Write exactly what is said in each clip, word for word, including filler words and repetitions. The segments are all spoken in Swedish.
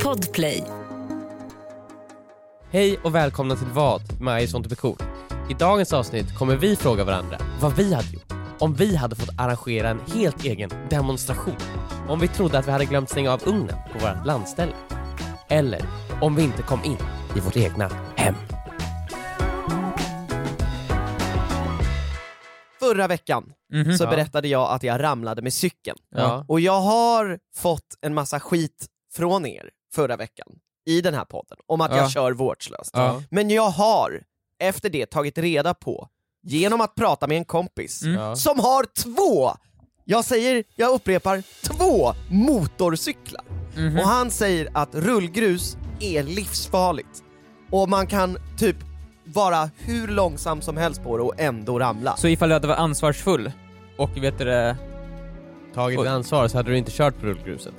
Podplay. Hej och välkomna till Vad med I sånt blir cool. I dagens avsnitt kommer vi fråga varandra vad vi hade gjort om vi hade fått arrangera en helt egen demonstration. Om vi trodde att vi hade glömt stänga av ugnen på vårt landställe. Eller om vi inte kom in i vårt egna hem. Förra veckan Mm-hmm. så Ja. berättade jag att jag ramlade med cykeln. Ja. Och jag har fått en massa skit från er förra veckan i den här podden om att Ja. jag kör vårdslöst. Ja. Men jag har efter det tagit reda på, genom att prata med en kompis Mm. Ja. som har två, jag säger, jag upprepar, två motorcyklar. Mhm. Och han säger att rullgrus är livsfarligt. Och man kan typ vara hur långsam som helst på det och ändå ramla. Så ifall du hade varit ansvarsfull och vet du det, Tagit Oj. ansvar så hade du inte kört på rullgruset.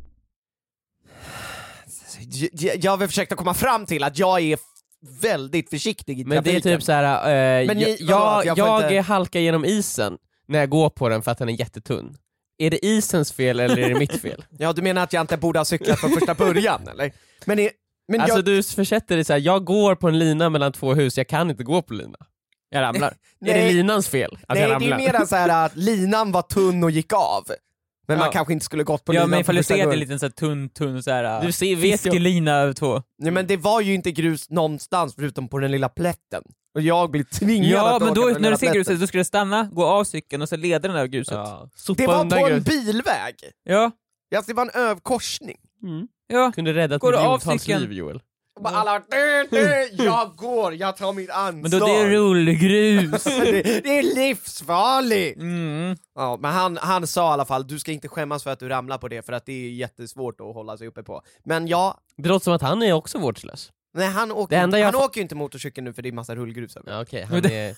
Jag, jag vill försöka komma fram till att jag är f- väldigt försiktig i Men det är trafiken. typ så här, eh, Men jag, ni- vadå, jag, jag får jag inte- halkar genom isen när jag går på den för att den är jättetunn. Är det isens fel eller är det mitt fel? Ja, du menar att jag inte borde ha cyklat från första början, eller? Men, är, men Alltså jag, du försätter dig så här, jag går på en lina mellan två hus, jag kan inte gå på lina. jag ramlar. Är det linans fel att nej, jag det ramlar? är mer så här att linan var tunn och gick av. Men Ja. man kanske inte skulle gått på Ja, linan men ifall från du första ser det början. en liten så här tunn, tunn så här Du ser, vet ju, fiskelina över två. Nej, men det var ju inte grus någonstans förutom på den lilla plätten. Och jag blir tvingad Ja, att men åka då på den när lilla du ser plätten. gruset, då ska du stanna, gå av cykeln och så leder den över gruset. Ja. ja, sopa Det var undan på en grus. bilväg! Ja. Alltså, det var en överkorsning. ja. Kunde räddat Går du av miljontals cykeln? liv, Joel. Och bara alla, dö, dö, jag går, jag tar mitt ansvar. Men då det är rullgrus. det, det är livsfarligt! Mm. Ja, men han, han sa i alla fall, du ska inte skämmas för att du ramlar på det, för att det är jättesvårt att hålla sig uppe på. Men ja, Det låter som att han är också vårdslös. nej, han, åker, Det enda inte, jag han får- åker ju inte motorcykel nu för det är massa rullgrus över. Ja, okej, Men han det- är...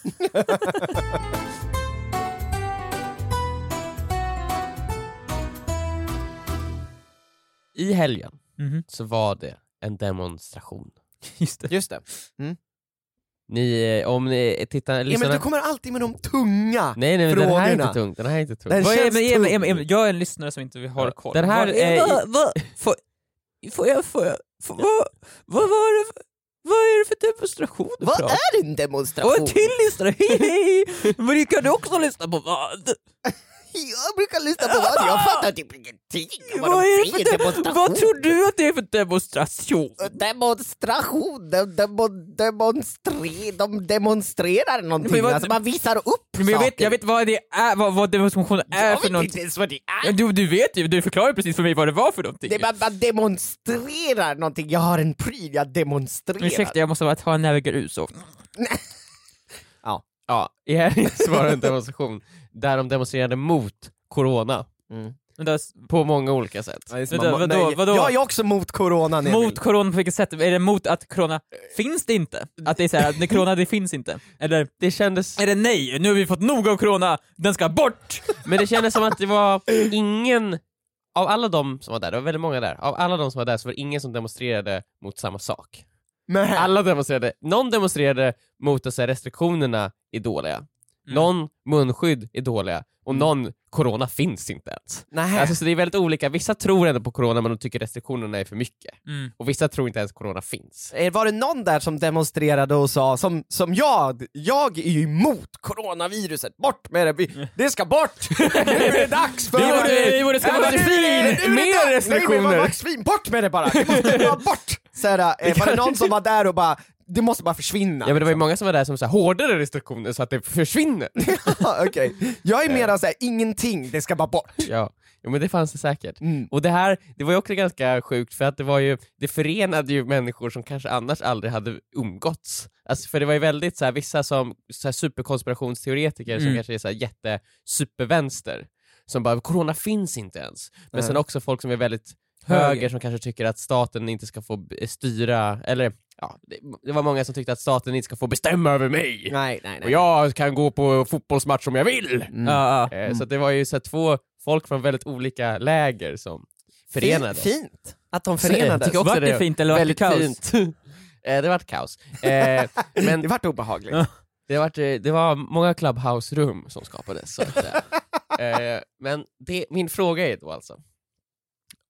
I helgen Mhm. så var det en demonstration. Just det. Just det. Ni, eh, om ni tittar, Ja, men lyssnar... du kommer alltid med de tunga Nej, nej, men den här är frågorna. inte tung. Den här är inte tung. Den Vad är, känns men, Emil, tung. Emil, Emil, jag är en lyssnare som inte har koll. Den här vad, är- vad, vad, får, får jag, får jag, får, vad, vad var det för, vad är det för demonstration du Vad pratar? är en Och demonstration? en till lyssnare, hej hej! Men kan du också lyssna på vad? Jag brukar lyssna på vad, jag fattar typ ingenting om vad Vad, de är det säger, för de, demonstration. vad tror du att det är för demonstration? Demonstration, de, demo, demonstre, de demonstrerar någonting, Men vad- alltså man visar upp Men jag vet, saker. jag vet vad det är, vad, vad demonstration är Jag för vet något. inte ens vad det är. Ja, Du, du vet ju, du förklarar precis för mig vad det var för någonting. Det är, man, man demonstrerar någonting, jag har en pryl, jag demonstrerar. Ursäkta, jag måste bara ta en näve grus och... Ja, i helgen så var det en demonstration där de demonstrerade mot corona Mm. Vänta, på många olika sätt. Ja, just, Vänta, man- vadå, nej, vadå? Jag är också mot coronan, Emil. mot corona på vilket sätt? Är det mot att corona finns det inte? Att det är såhär, att när corona det finns inte? Eller Det kändes, är det nej, nu har vi fått nog av corona, den ska bort! men det kändes som att det var ingen av alla de som var där, det var väldigt många där, av alla de som var där så var det ingen som demonstrerade mot samma sak. Men, Alla demonstrerade, någon demonstrerade mot att så här, restriktionerna är dåliga, någon munskydd är dåliga och någon corona finns inte ens. nej. Alltså, så det är väldigt olika, vissa tror ändå på corona men de tycker restriktionerna är för mycket. Mm. Och vissa tror inte ens corona finns. Eh, Var det någon där som demonstrerade och sa, som, som jag, jag är ju emot coronaviruset, bort med det, Vi- det ska bort! Nu är det dags för... Vi borde- vi borde skaffa Ja, men nu är det- vaccin! nu är det Mer dags. restriktioner. Nej, men vaccin, bort med det bara! Det måste bara bort! Såhär, eh, var det någon som var där och bara, det måste bara försvinna? Ja men det var ju många som var där som sa hårdare restriktioner så att det försvinner. Ja, okej. Jag är mera såhär, ingenting, det ska bara bort. Ja, jo, men det fanns det säkert. Mm. Och det här, det var ju också ganska sjukt för att det var ju, det förenade ju människor som kanske annars aldrig hade umgåtts. Alltså för det var ju väldigt så här, vissa som så här, superkonspirationsteoretiker som Mm. kanske är så här, jätte supervänster som bara, corona finns inte ens. Men Nej. sen också folk som är väldigt Höger. höger som kanske tycker att staten inte ska få b- styra, eller ja, det, det var många som tyckte att staten inte ska få bestämma över mig. Nej, nej, Och nej. jag kan gå på fotbollsmatch om jag vill. Mm. Ja, ja. Eh, Så att det var ju så här, två folk från väldigt olika läger som förenade. Fint, fint att de Jag förenades. tycker också Vart det fint eller vart det väldigt kaos? fint. Eh, det vart kaos. Eh, men Det vart obehagligt. Ja. det, vart, eh, det var många clubhouse-rum som skapades. Så att säga. eh, men det, min fråga är då alltså,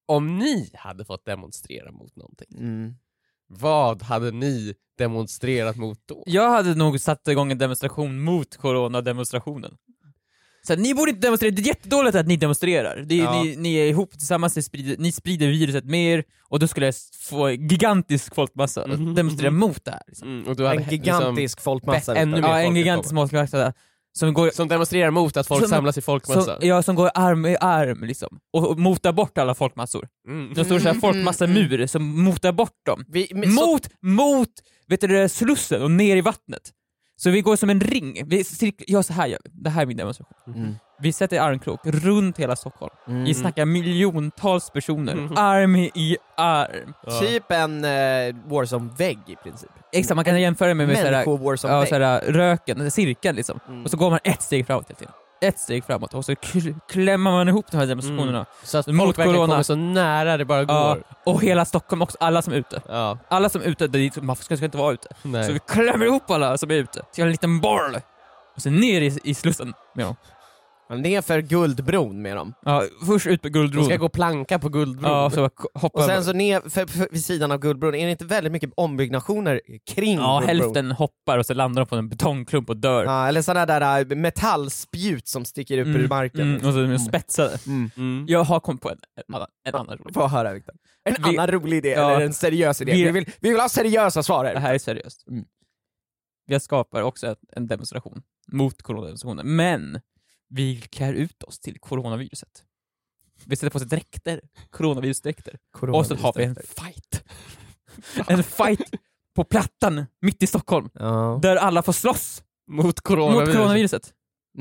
Om ni hade fått demonstrera mot någonting, Mm. vad hade ni demonstrerat mot då? Jag hade nog satt igång en demonstration mot coronademonstrationen. Så ni borde inte demonstrera, det är jättedåligt att ni demonstrerar. Det är, Ja. ni, ni är ihop tillsammans, ni sprider, ni sprider viruset mer, och då skulle jag få en gigantisk folkmassa att Mhm. demonstrera mot det här. Liksom. Mm, och du hade En gigantisk liksom, folkmassa. bett ännu Viktor. mer. Ja, en folk gigantisk kommer. folkmassa som går, som demonstrerar mot att folk Som- samlas i folkmassa. som, ja, som går arm i arm liksom, och, och motar bort alla folkmassor. Mm. Det står så här Mm, folkmassamur som motar bort dem. Vi, men, så, Mot, mot vet du, det, Slussen och ner i vattnet. Så vi går som en ring. Vi cirk- ja, så här gör vi. Det här är min demonstration. mm. Vi sätter armkrok runt hela Stockholm. Mm. Vi snackar miljontals personer, Mm. arm i arm. Ja. Typ en uh, Warzone-vägg i princip. Exakt, man kan jämföra med, med såhär, ja, Människo-Warzone-vägg. såhär, röken, cirkeln liksom. Mm. Och så går man ett steg framåt hela tiden. Ett steg framåt, och så kl- klämmer man ihop de här demonstrationerna. Mm. Så att Mot folk verkligen corona. kommer så nära det bara Ja, går. och hela Stockholm också, alla som är ute. Ja. Alla som är ute, det är, man ska, ska inte vara ute. Nej. Så vi klämmer ihop alla som är ute till en liten boll. Och sen ner i, i Slussen med dem. Ner för Guldbron med dem. Ja, först ut på De Guldbron. ska gå planka på Guldbron. Ja, så k- hoppa Och sen över. så ner för, för, vid sidan av Guldbron, är det inte väldigt mycket ombyggnationer kring Ja, Guldbron? hälften hoppar och så landar de på en betongklump och dör. Ja, eller sådana där äh, metallspjut som sticker upp ur marken. Mm, och så är de spetsade. Mm. Mm. Jag har kommit på en, en annan, en annan rolig. Få höra, Viktor. En Vi- annan rolig idé, Ja. eller en seriös idé. Vi- Vi, vill, vi vill ha seriösa svar här. Det här är seriöst. Mm. Vi skapar också ett, en demonstration mot coronademonstrationen, men vi klär ut oss till coronaviruset. Vi sätter på oss dräkter, coronavirusdräkter, och så har vi en fight. En fight på Plattan, mitt i Stockholm, Ja. där alla får slåss Mot coronavirus. mot coronaviruset.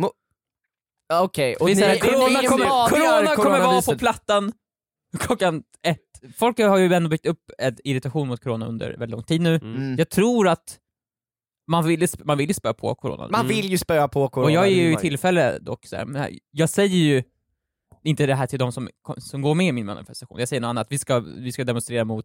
Okej, och Vi ni, säger, corona, ni kommer, avgör corona kommer vara på coronaviruset. Plattan klockan ett. Folk har ju ändå byggt upp en irritation mot corona under väldigt lång tid nu. Mm. Jag tror att man vill, man vill spöa på corona. Man vill ju spöa på corona. Och jag är det ju vill i man tillfälle dock så här, men här, jag säger ju inte det här till de som, som går med i min manifestation. Jag säger något annat. Vi ska, vi ska demonstrera mot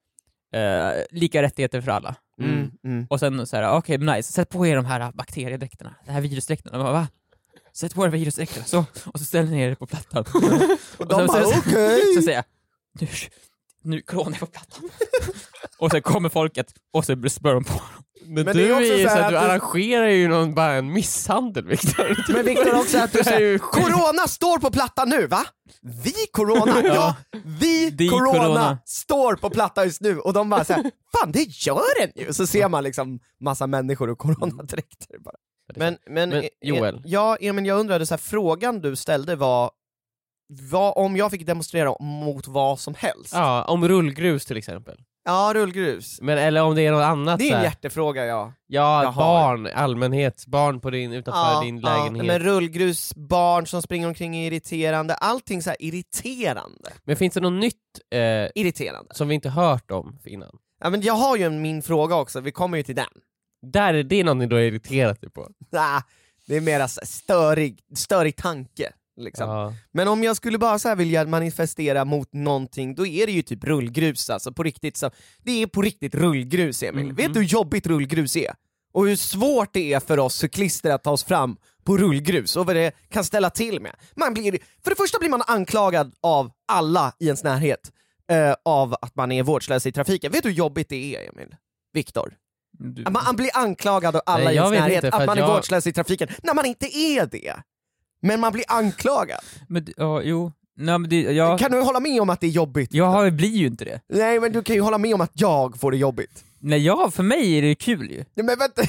eh, lika rättigheter för alla. Mm. Mm. Och sen så här, okej, okay, nice. Sätt på er de här bakteriedräkterna, de här virusdräkterna. Jag bara, va? Sätt på er virusdräkterna. Så, och så ställer ni er på plattan. Och de sen- bara, sen- okej. Så säger jag, nu, nu corona är på plattan. Och sen kommer folket och så spör de på dem. Men, Men du det är också är ju så så här att du att du- arrangerar ju någon, bara en misshandel, Viktor. Men Viktor också att du Det här är ju säger, skit. corona står på plattan nu, va? Vi corona, ja, vi Vi corona, corona. står på plattan just nu, och de bara såhär, fan det gör den ju! Så ser man liksom massa människor och coronadräkter bara. Men, men, Men, e- Joel. E- ja, Emil, jag undrade, så här, frågan du ställde var, vad om jag fick demonstrera mot vad som helst? Ja, om rullgrus till exempel. Ja, rullgrus. Men, eller om det är något annat. Det är så en här. hjärtefråga, ja. Ja, jag har. barn, allmänhet, barn på din, utanför Ja, din ja, lägenhet. men rullgrus, barn som springer omkring är irriterande, allting så här irriterande. Men finns det något nytt eh, Irriterande. som vi inte hört om innan? Ja, men jag har ju en, min fråga också, vi kommer ju till den. Där är det något ni då är irriterat dig på. Nah, det är mera så här störig, störig tanke. Liksom. Ja. Men om jag skulle bara så här vilja manifestera mot någonting, då är det ju typ rullgrus, alltså på riktigt. Så, det är på riktigt rullgrus, Emil. Mhm. Vet du hur jobbigt rullgrus är? Och hur svårt det är för oss cyklister att ta oss fram på rullgrus, och vad det kan ställa till med. Man blir, för det första blir man anklagad av alla i ens närhet eh, av att man är vårdslös i trafiken. Vet du hur jobbigt det är, Emil? Viktor? Du, Man blir anklagad av alla Nej, i jag ens vet närhet inte, för att att man är jag- vårdslös i trafiken, när man inte är det. Men man blir anklagad. men, ja, jo. Nej, men det, jag, Kan du hålla med om att det är jobbigt? jag har, blir ju inte det. Nej, men du kan ju hålla med om att jag får det jobbigt. Nej, ja, för mig är det kul ju. Nej, men vänta.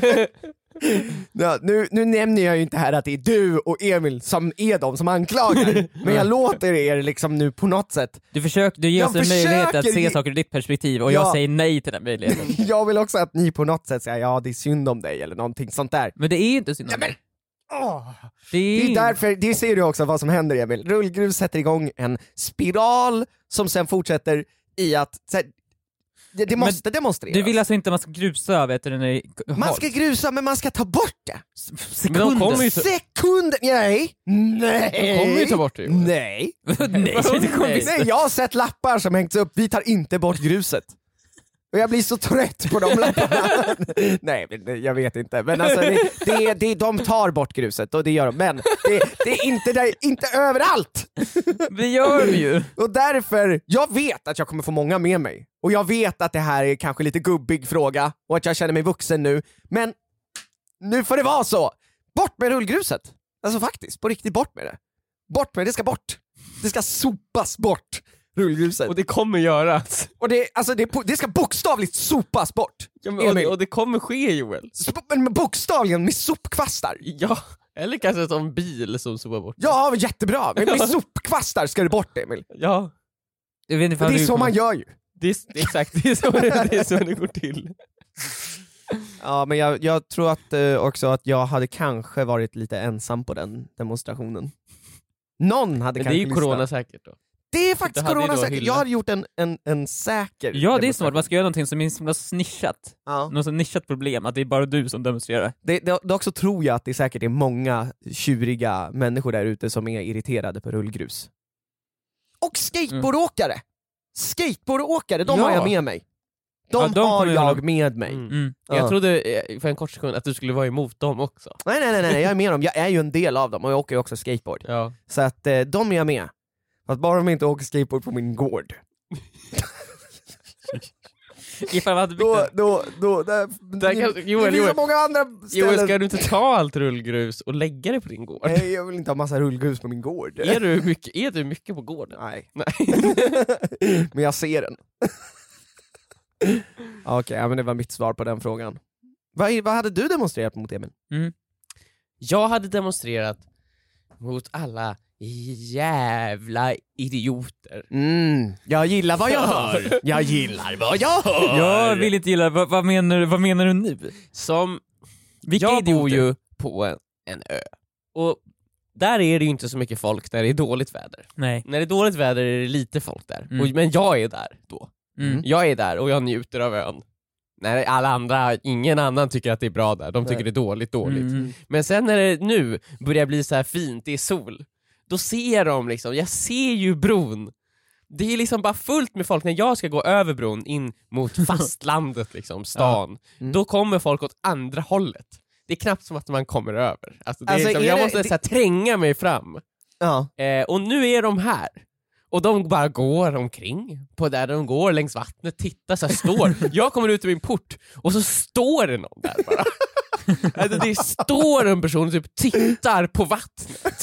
Ja, nu, nu nämner jag ju inte här att det är du och Emil som är de som anklagar, men jag låter er liksom nu på något sätt. Du, försök, du ger Jag oss en möjlighet att försöker se ge- saker ur ditt perspektiv, och Ja. jag säger nej till den möjligheten. Jag vill också att ni på något sätt säger ja, det är synd om dig eller någonting sånt där. Men det är ju inte synd om Nej, mig. Åh. Det är, Det är ju- därför, det ser du också vad som händer, Emil. Rullgrus sätter igång en spiral som sen fortsätter i att så här, det, det måste demonstreras. Du vill alltså inte att man ska grusa, vet du, när det är Man ska grusa, men man ska ta bort det. sekunder. Men de kommer ju ta- Sekunder, nej, nej. De kommer ju ta bort det, Joel. Nej. Nej, det kommer vi- Nej, jag har sett lappar som hängts upp, vi tar inte bort gruset. Och jag blir så trött på de lapparna. Nej, jag vet inte. Men alltså, det, det, det, de tar bort gruset och det gör de. Men det, det är inte, det är inte överallt. Det gör vi ju. Och därför, jag vet att jag kommer få många med mig. Och jag vet att det här är kanske lite gubbig fråga och att jag känner mig vuxen nu. Men nu får det vara så. Bort med rullgruset. Alltså faktiskt, på riktigt bort med det. Bort med det, det ska bort. Det ska sopas bort. Rullgruset. Och det kommer göras. Och det, alltså det, det ska bokstavligt sopas bort. Ja, men, och, det, och det kommer ske, Joel. Men bokstavligen med sopkvastar. Ja, eller kanske som en bil som sopar bort. Ja, jättebra. Men med sopkvastar ska det bort, Emil. Ja. Jag vet inte det är du så kommer... man gör ju. Det är, det är exakt, det är, så, det är så det går till. Ja, men jag, jag tror att eh, också att jag hade kanske varit lite ensam på den demonstrationen. Någon hade men kanske det är ju corona säkert då. Det är faktiskt det corona säkert. Hyllat. Jag hade gjort en, en, en säker Ja, det är smart. Man ska göra någonting som är så nischat. Ja. Något så nischat problem, att det är bara du som demonstrerar. Det, det, det också tror jag att det säkert är många tjuriga människor där ute som är irriterade på rullgrus. Och skateboardåkare! Mm. Skateboardåkare, de Ja. har jag med mig. De, Ja, de har kommer jag hålla- med mig. Mm. Mm. Ja. Jag trodde eh, för en kort sekund att du skulle vara emot dem också. Nej, nej, nej, nej, jag är med dem. Jag är ju en del av dem och jag åker ju också skateboard. Ja. Så att eh, de är jag med. Fast bara de inte åker skateboard på min gård. Ifall vi hade byggt Då, en... då, då, där, Där kan- det, Joel, det finns Joel. så många andra Joel, ställen. ska du inte ta allt rullgrus och lägga det på din gård? Nej, jag vill inte ha massa rullgrus på min gård. Är du mycket, är du mycket på gården? Nej. Nej. Men jag ser den. Okej, okay, ja, men det var mitt svar på den frågan. Vad, vad hade du demonstrerat mot, Emil? Mm. Jag hade demonstrerat mot alla jävla idioter. Mm, jag gillar vad jag hör. Jag gillar vad jag hör. Jag vill inte gilla, vad, vad, menar, vad menar du nu? Som, Vilka jag idioter? bor ju på en, en ö. Och där är det ju inte så mycket folk när det är dåligt väder. Nej. När det är dåligt väder är det lite folk där. Mm. Och, men jag är där då. Mm. Jag är där och jag njuter av ön. När alla andra, ingen annan tycker att det är bra där. De tycker Nej. det är dåligt, dåligt. Mm. Men sen när det nu börjar bli så här fint, det är sol, då ser de liksom, jag ser ju bron. Det är liksom bara fullt med folk när jag ska gå över bron in mot fastlandet, liksom, stan. Mm. Då kommer folk åt andra hållet. Det är knappt som att man kommer över. Alltså, det är Alltså, liksom, är jag det- måste det- så här, tränga mig fram. Ja. Eh, och nu är de här. Och de bara går omkring på där de går längs vattnet, tittar så här, står. Jag kommer ut ur min port och så står det någon där bara. Alltså, det står en person och typ tittar på vattnet.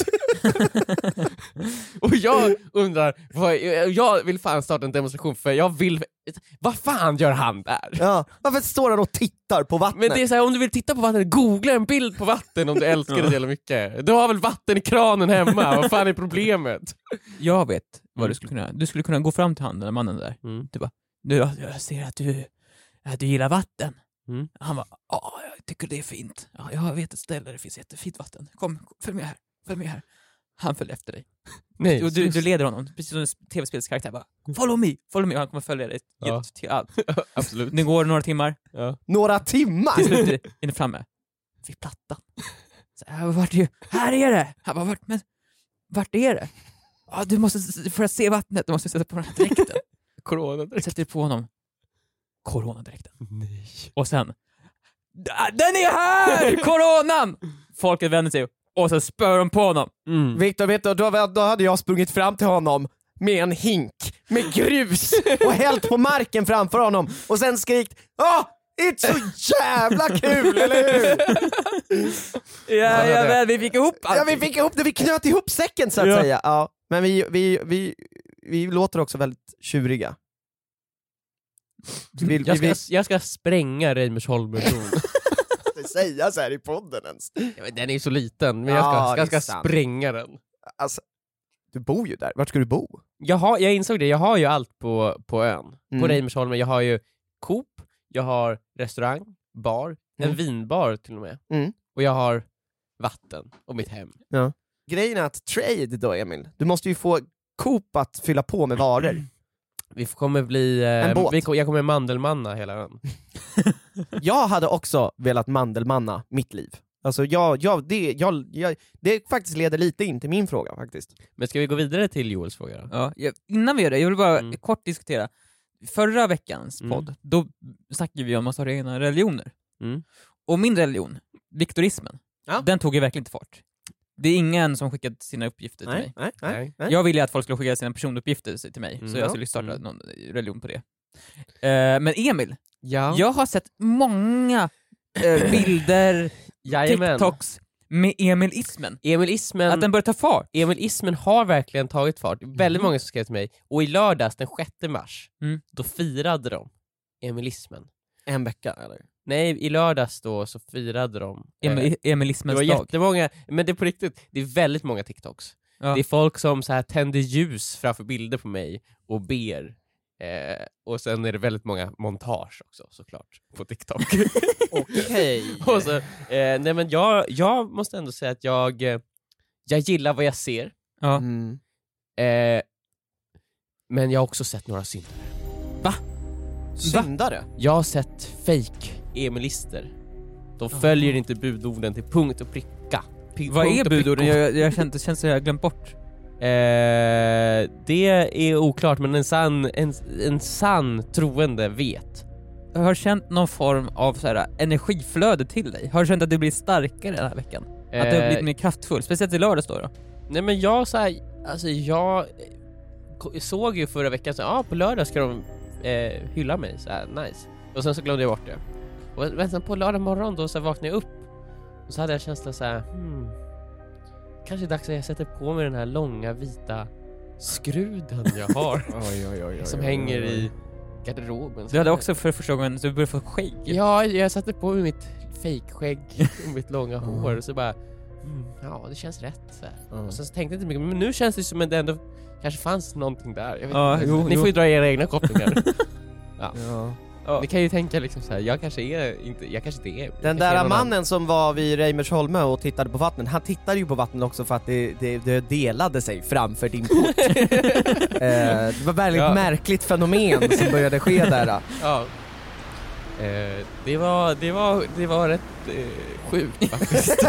Och jag undrar, vad, jag vill fan starta en demonstration för jag vill, vad fan gör han där? Ja. Varför står han och tittar på vattnet? Men det är så här, om du vill titta på vattnet, googla en bild på vatten om du älskar det så jävla mycket. Du har väl vatten i kranen hemma, vad fan är problemet? Jag vet vad Mm. du skulle kunna göra. Du skulle kunna gå fram till han, den där mannen där. Mm. Du bara, du, jag ser att du, att du gillar vatten. Mm. Han bara, ja, jag tycker det är fint. Ja, jag vet ett ställe där det finns jättefint vatten. Kom, följ med här. Följ med här. Han följer efter dig. Nej, Du, du, du leder honom, precis som en tv-spelskaraktär. Bara, follow me, follow me. Och han kommer följa dig Ja. till, till allt. absolut. Det går några timmar. Ja. Några timmar? Till slut är det framme. Vid plattan. Så här, vart är, här är det! Han bara, vart, men, vart är det? Ja, du måste, för att se vattnet, du måste sätta på den här dräkten. Corona. Sätter på honom coronadräkten. Nej. Och sen, den är här! Coronan! Folket vänder sig och så spör de på honom. Mm. Victor, vet du, då, då hade jag sprungit fram till honom med en hink med grus och hällt på marken framför honom och sen skrikt åh, it's så jävla kul, eller hur? Ja, ja, väl, vi fick ihop allt. Ja, vi fick ihop det, vi knöt ihop säcken så att Ja. säga. Ja, men vi, vi, vi, vi låter också väldigt tjuriga. Vi vill, Jag vi ska, vill jag ska spränga Reimersholmbron. inte säga så här i podden ens. Ja, men den är ju så liten, men jag ska, Ja, det är jag ska sant. spränga den. Alltså, du bor ju där, vart ska du bo? Jag, har, jag insåg det, jag har ju allt på, på ön. Mm. På Reimersholmen, jag har ju Coop, jag har restaurang, bar, en Mm. vinbar till och med. Mm. Och jag har vatten och mitt hem. Grejen är att trade då, Emil, du måste ju få Coop att fylla på med varor. Vi kommer bli... En Eh, båt. vi, jag kommer mandelmanna hela ön. Jag hade också velat mandelmanna mitt liv. Alltså jag, jag, det, jag, jag, det faktiskt leder lite in till min fråga faktiskt. Men ska vi gå vidare till Joels fråga då? Ja, jag, innan vi gör det, jag vill bara Mm. kort diskutera. förra veckans Mm. podd, då snackade vi om massa egna religioner. Mm. Och min religion, viktorismen, Ja. den tog ju verkligen inte fart. Det är ingen som skickat sina uppgifter till mig. Nej, nej, nej, nej. Jag ville att folk skulle skicka sina personuppgifter till mig, Mm. så jag skulle starta Mm. någon religion på det. Eh, men Emil, Ja. jag har sett många eh, bilder, Jajamän. TikToks med Emilismen. Emilismen, Att den börjar ta fart. Emilismen har verkligen tagit fart. Väldigt många som skrev till mig. Och i lördags den sjätte mars, Mm. då firade de Emilismen. En vecka eller? Nej, i lördags då så firade de eh, Emil, det Emilismens var dag. jättemånga, men det är på riktigt, det är väldigt många TikToks. Ja. Det är folk som så här tänder ljus framför bilder på mig och ber. Eh, och sen är det väldigt många montage också såklart på TikTok. Okej. och så, eh, nej men jag, jag måste ändå säga att jag, eh, jag gillar vad jag ser. Ja. Mm. Eh, men jag har också sett några synder. Syndare? Jag har sett fake emilister. De följer inte budorden till punkt och pricka. P- Vad punkt är och budorden? pricka. Jag, jag kände, känns som jag har glömt bort. Eh, det är oklart, men en sann, en, en sann troende vet. Jag har känt någon form av så här, energiflöde till dig. Har du känt att du blir starkare den här veckan? Att du har Eh, blivit mer kraftfull? Speciellt i lördags då? då? Nej men jag så här, alltså jag eh, såg ju förra veckan så ja ah, på lördag ska de eh, hylla mig så här, nice. Och sen så glömde jag bort det. Och men sen på lördag morgon då så vaknade jag upp och så hade jag känslan så här, hmm, kanske är dags att jag sätter på mig den här långa vita skruden jag har Oj, oj, oj, oj, som oj, hänger oj. i garderoben. Du hade också för första gången så du började få skägg. Ja, jag satte på mig mitt fejkskägg och mitt långa hår och så bara mm, ja, det känns rätt så här. Mm. Och sen så tänkte jag inte mycket, men nu känns det som att det ändå kanske fanns någonting där. Jag vet Ja, inte. jo, Ni jo. får ju dra era egna kopplingar. ja. Ja. Ja. Ni kan ju tänka liksom så här, jag kanske är inte, jag kanske inte är. jag Den kanske är där någon mannen som var vid Reimersholme och tittade på vattnet, han tittade ju på vattnet också för att det, det, det delade sig framför din port. eh, det var väldigt Ja. märkligt fenomen som började ske där. annan. Ja. Eh, det var, det var, det var rätt eh, sjukt faktiskt.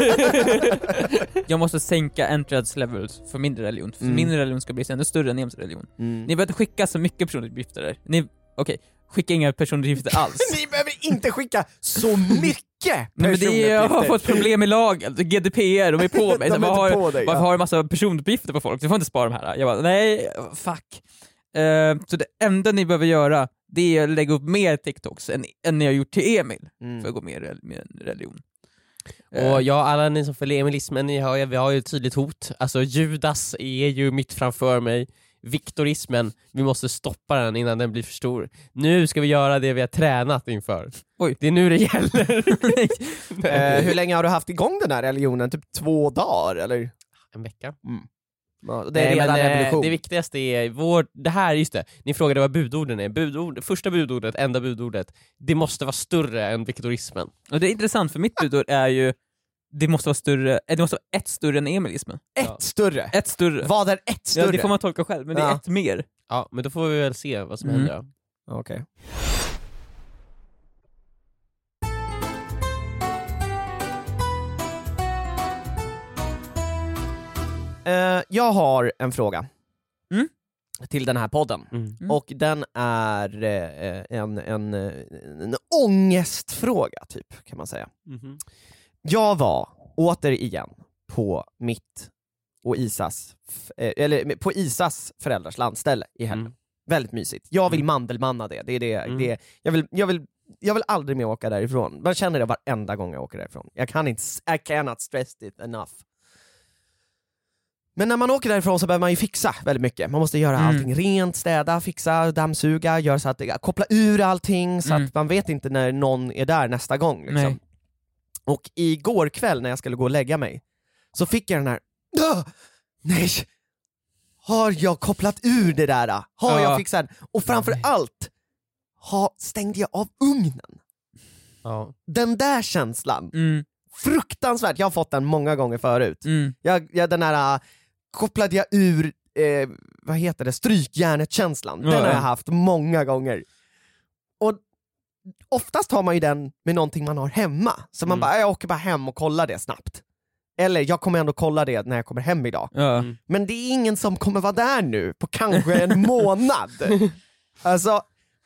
Jag måste sänka entrance levels för min religion. För Mm. min religion ska bli ännu större än Emils religion. Mm. Ni behöver inte skicka så mycket personuppgifter där. Ni, okej, skicka inga personuppgifter alls. Ni behöver inte skicka så mycket Nej, men det är, jag har personuppgifter. fått problem i lagen, G D P R, de är på mig. De Så är vad inte har, på dig, varför ja. har du massa personuppgifter på folk? Du får inte spara de här. Jag bara, nej, fuck. Eh, så det enda ni behöver göra, det är att lägga upp mer TikToks än, än ni har gjort till Emil Mm. för att gå med i med en religion. Och ja, alla ni som följer emilismen, ni har, vi har ju ett tydligt hot. Alltså Judas är ju mitt framför mig. Viktorismen, vi måste stoppa den innan den blir för stor. Nu ska vi göra det vi har tränat inför. Oj. Det är nu det gäller. Eh, hur länge har du haft igång den här religionen? Typ två dagar eller? En vecka. Ja, det är Nej, redan men, eh, revolution. det viktigaste är vår, det här, just det, ni frågade vad budorden är. Budord, första budordet, enda budordet, det måste vara större än viktorismen. Och det är intressant, för mitt budord är ju, det måste vara större, eh, det måste vara ett större än emilismen. Ett Ja. större? Ett större. Vad är ett större? Ja, det får man tolka själv, men det är Ja. ett mer. Ja, men då får vi väl se vad som Mm. händer. Okej. Eh, jag har en fråga Mm. till den här podden. Mm. Mm. Och den är eh, en, en, eh, en ångestfråga typ, kan man säga. Mhm. Jag var återigen på mitt och Isas, f- eh, eller på Isas föräldrars landställe i helgen. Mm. Väldigt mysigt. Jag vill Mm. mandelmanna det. Det är det, Mm. det jag, vill, jag, vill, jag vill aldrig mer åka därifrån. Man känner det varenda gång jag åker därifrån. Jag kan inte, I cannot stress it enough. Men när man åker därifrån så behöver man ju fixa väldigt mycket. Man måste göra Mm. allting rent, städa, fixa, dammsuga, göra så att, koppla ur allting så Mm. att man vet inte när någon är där nästa gång. Liksom. Nej. Och igår kväll när jag skulle gå och lägga mig så fick jag den här "Åh, nej, har jag kopplat ur det där? Har Ja. jag fixat den? Och framför allt ha, stängde jag av ugnen. Ja. Den där känslan, Mm, fruktansvärt, jag har fått den många gånger förut. mm. Jag, jag, den här äh, kopplade jag ur, eh, vad heter det, strykjärnet-känslan. Den Ja. har jag haft många gånger. Och oftast har man ju den med någonting man har hemma. Så man Mm. bara, jag åker bara hem och kollar det snabbt. Eller jag kommer ändå kolla det när jag kommer hem idag. Ja. Mm. Men det är ingen som kommer vara där nu på kanske en månad. Alltså,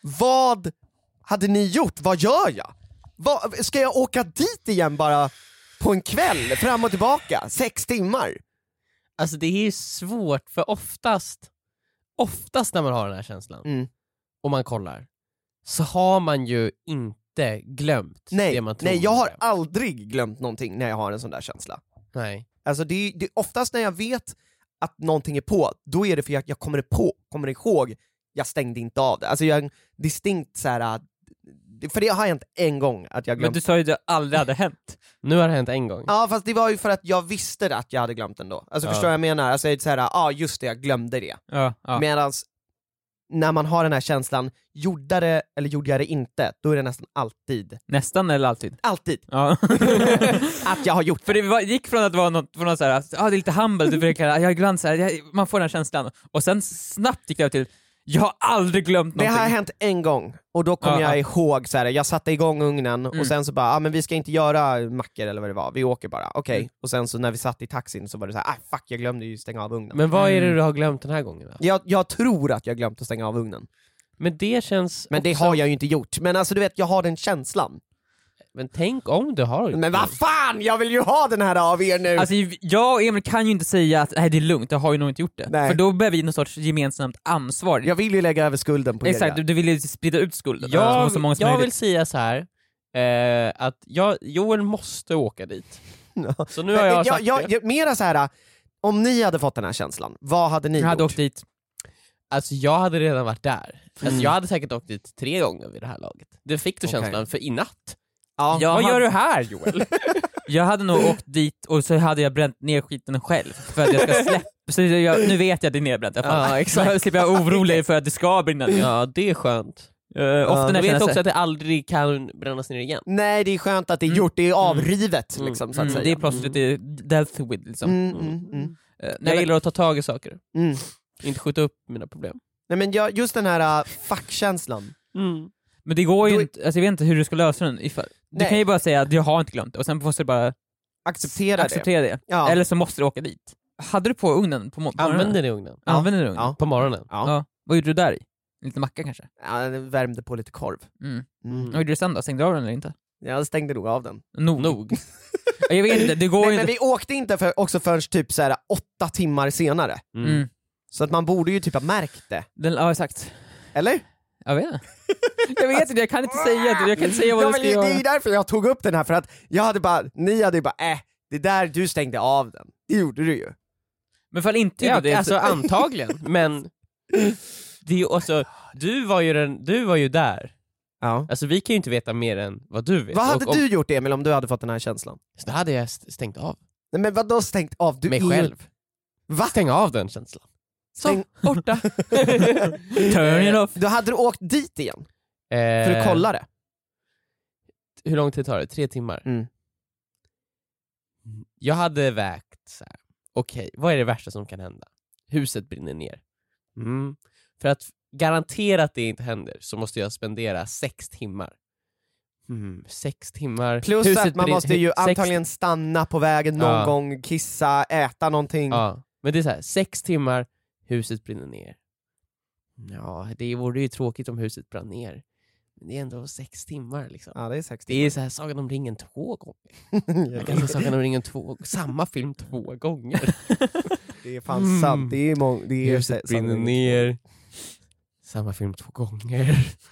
Vad hade ni gjort? Vad gör jag? Vad, ska jag åka dit igen bara på en kväll, fram och tillbaka? Sex timmar? Alltså det är svårt, för oftast oftast när man har den här känslan Mm. och man kollar, så har man ju inte glömt Nej, det man tror. nej, jag man har glömt. aldrig glömt någonting när jag har en sån där känsla. Nej. Alltså det är, det är oftast när jag vet att någonting är på, då är det för att jag kommer på, kommer ihåg, jag stängde inte av det. Alltså jag är distinkt så här, för det har hänt en gång att jag glömt. Men du sa ju att det aldrig hade hänt. Nu har det hänt en gång. Ja, fast det var ju för att jag visste att jag hade glömt den då. Alltså Ja. förstår vad jag menar? Alltså det är så här, ja ah, just det, jag glömde det. Ja, ja. Medans när man har den här känslan, gjorde det eller gjorde jag det inte, då är det nästan alltid, Nästan eller alltid. alltid, Ja. att jag har gjort För det var, gick från att vara något, från något så här, ah, det är lite humble, du verkar, jag är glad så här, jag, man får den här känslan. Och sen snabbt gick jag till, jag har aldrig glömt Det någonting. har hänt en gång, och då kommer Ja, jag ja. ihåg så här, jag satte igång ugnen Mm. och sen så bara, ah, men vi ska inte göra mackor eller vad det var, vi åker bara, okej. Mm. Och sen så när vi satt i taxin så var det så här, ah fuck, jag glömde ju stänga av ugnen. Men vad är det Mm. du har glömt den här gången då? Jag, jag tror att jag glömt att stänga av ugnen, Men det känns men det också... har jag ju inte gjort. Men alltså du vet, jag har den känslan. Men tänk om du har Men vad fan, jag vill ju ha den här av er nu! Alltså jag och Emil kan ju inte säga att nej, det är lugnt, jag har ju nog inte gjort det. Nej. För då bär vi någon sorts gemensamt ansvar. Jag vill ju lägga över skulden på Exakt, er. du, du vill ju sprida ut skulden. Jag, så många som jag vill möjligt. säga så här eh, att jag, Joel måste åka dit. Ja. Så nu har jag sagt jag, det. jag, mera så här, om ni hade fått den här känslan, vad hade ni Jag hade gjort? åkt dit. Alltså jag hade redan varit där. Alltså, Mm. jag hade säkert åkt dit tre gånger vid det här laget. Det fick du Okej. känslan för i natt. Ja. Jag Vad hade- gör du här Joel? Jag hade nog åkt dit och så hade jag bränt ner skiten själv för att jag ska släppa. Så jag, nu vet jag att det är nedbränt i alla fall. Ja, exakt. Så slipper jag vara orolig för att det ska brinna ner. Ja, det är skönt. Uh, ofta Du när jag vet känner också så- att det aldrig kan brännas ner igen. Nej, det är skönt att det är Mm. gjort, det är avrivet Mm. liksom, så att mm, säga. det är plåstret, det är death with liksom. Mm, mm, mm. Eh, Jag gillar att ta tag i saker, Mm. inte skjuta upp mina problem. Nej men jag, just den här uh, fuck-känslan. Men det går ju Då- inte, alltså jag vet inte hur du ska lösa den ifall. Du Nej. kan ju bara säga att jag har inte glömt det och sen måste du bara Acceptera, acceptera det. Ja. Eller så måste du åka dit. Hade du på ugnen på mo- morgonen? Använder det i ugnen? Ja. Använder du ugnen? Ja. På morgonen? det. Ja. Ja. Vad gjorde du där i? En liten macka kanske? Ja, det värmde på lite korv. Mm. Mm. Vad gjorde du sen då? Stängde du av den eller inte? Jag stängde nog av den. Nog. Nog. Jag vet inte, det går Nej, ju men inte. vi åkte inte för, också förrän typ så här, åtta timmar senare. Mm. Mm. Så att man borde ju typ ha märkt det. Den, ja exakt. Eller? Jag vet inte. Jag vet inte, jag kan inte säga det. Jag kan inte säga vad Ja, du men ska det, det är göra. ju därför jag tog upp den här, för att jag hade bara, ni hade bara, äh, det där du stängde av den. Det gjorde du ju. Men fall inte Ja, gjorde det. alltså antagligen, men det är ju också, du var ju, den, du var ju där. Ja. Alltså vi kan ju inte veta mer än vad du vet. Vad hade Och om, du gjort, Emil, om du hade fått den här känslan? Så då hade jag st- stängt av Nej men vadå stängt av? Du mig är ju- själv. Va? Stäng av den känslan. Så, Stäng- borta. Turn it off. Då hade du åkt dit igen, Eh, för att kolla det. Hur lång tid tar det? Tre timmar? Mm. Jag hade vägt så här. Okej, vad är det värsta som kan hända? Huset brinner ner. Mm. För att garantera att det inte händer så måste jag spendera sex timmar. Mm, sex timmar. Plus Huset att man brin- måste ju sex- antagligen stanna på vägen någon Ja. gång, kissa, äta någonting. Ja, men det är så här, sex timmar, huset brinner ner. Ja, det vore ju tråkigt om huset brann ner. Men det är ändå sex timmar liksom. Ja, det är sex Det är så här Sagan om ringen två gånger. timmar. Jag kan se Sagan om ringen två, samma film två gånger. Det är fan sant, det är många... Det är Huset brinner ner. Samma film två gånger.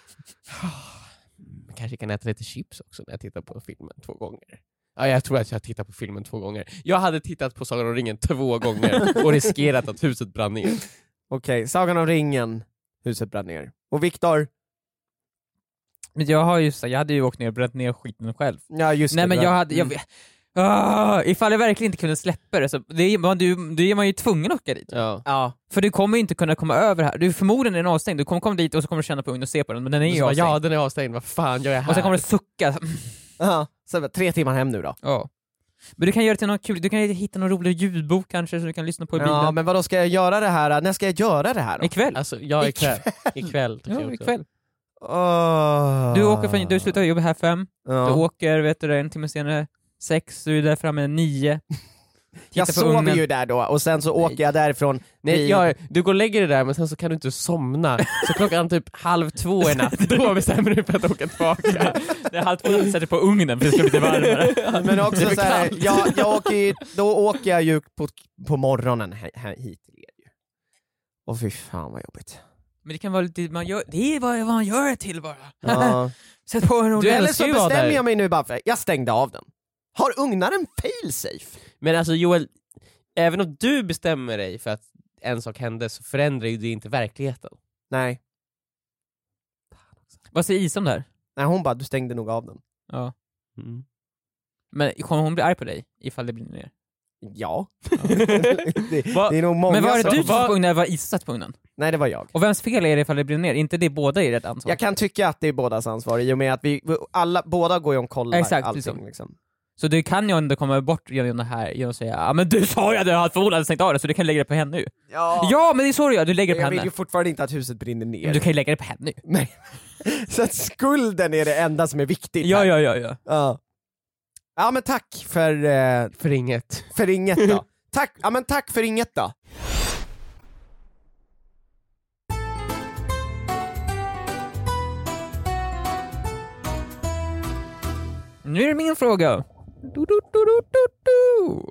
Mm, Kanske kan äta lite chips också när jag tittar på filmen två gånger. Ja, jag tror att jag tittar på filmen två gånger. Jag hade tittat på Sagan om ringen två gånger och riskerat att huset brann ner. Okej, Sagan om ringen, huset brann ner. Och Viktor? Men jag har ju så, jag hade ju åkt ner och bränt ner skiten själv. Ja just Nej det. men du- jag hade, jag Mm. vet. Ah, ifall jag verkligen inte kunde släppa det så det är, man, du, du är man ju tvungen att åka dit. Ja. Ja. För du kommer inte kunna komma över här. Du förmodligen är den avstängd. Du kommer komma dit och så kommer du känna på ugnen och se på den, men den är Och ju så bara, avstängd. ja, den är avstängd, vad fan gör jag här? Och sen kommer du sucka. Ja. Så tre timmar hem nu då. Ja. Men du kan göra det till något kul. Du kan ju hitta någon rolig ljudbok kanske så du kan lyssna på i bilen. Ja, men vadå, ska jag göra det här? När ska jag göra det här då? Ikväll. Alltså, ja, ikväll. Ikväll. tycker jag Ja, också. ikväll. Åh. Du åker från, du slutar jobba här fem. Ja. Du åker, vet du, en timme senare sex. Du är där framme nio. Jag sover ju där då och sen så Nej. åker jag därifrån. Nej, jag, du går och lägger dig där men sen så kan du inte somna. Så klockan typ halv två i natt, då bestämmer du för att åka tillbaka. Det är halv två att sätta på ugnen för det ska bli lite varmare. Men också så här, jag, jag åker ju, då åker jag ju på, på morgonen här, här hit till er. Och fy fan vad jobbigt. Men det kan vara lite, man gör, det är vad man gör det till bara. Ja. Sätt på en du, eller så bestämmer jag mig nu bara för jag stängde av den. Har ugnaren fail-safe? Men alltså Joel, även om du bestämmer dig för att en sak hände så förändrar ju det inte verkligheten. Nej. Vad säger Isa om det här? Nej, hon bara, du stängde nog av den. Ja. Mm. Men kommer hon bli arg på dig ifall det blir ner? Ja. det, det är nog många. Men var det som... du som satt på ugnen eller var Isa satt på ugnen? Nej, det var jag. Och vems fel är det ifall det blir ner? Inte det båda är rätt ansvar? Jag kan tycka att det är bådas ansvar i och med att vi alla, båda går ju och kollar Exakt, allting liksom. liksom. Så du kan ju ändå komma bort genom det här genom att säga ja men du sa ju att du hade förmodligen stängt av det så du kan lägga det på henne nu. Ja, ja men det är så du gör, du lägger det på jag henne. Jag vill ju fortfarande inte att huset brinner ner. Men du kan ju lägga det på henne nu. Nej. Så att skulden är det enda som är viktigt ja, här. ja, ja, ja. Ja. Ja men tack för... Eh, för inget. För inget då. Tack, ja men tack för inget då. Nu är det min fråga. Du, du, du, du, du, du.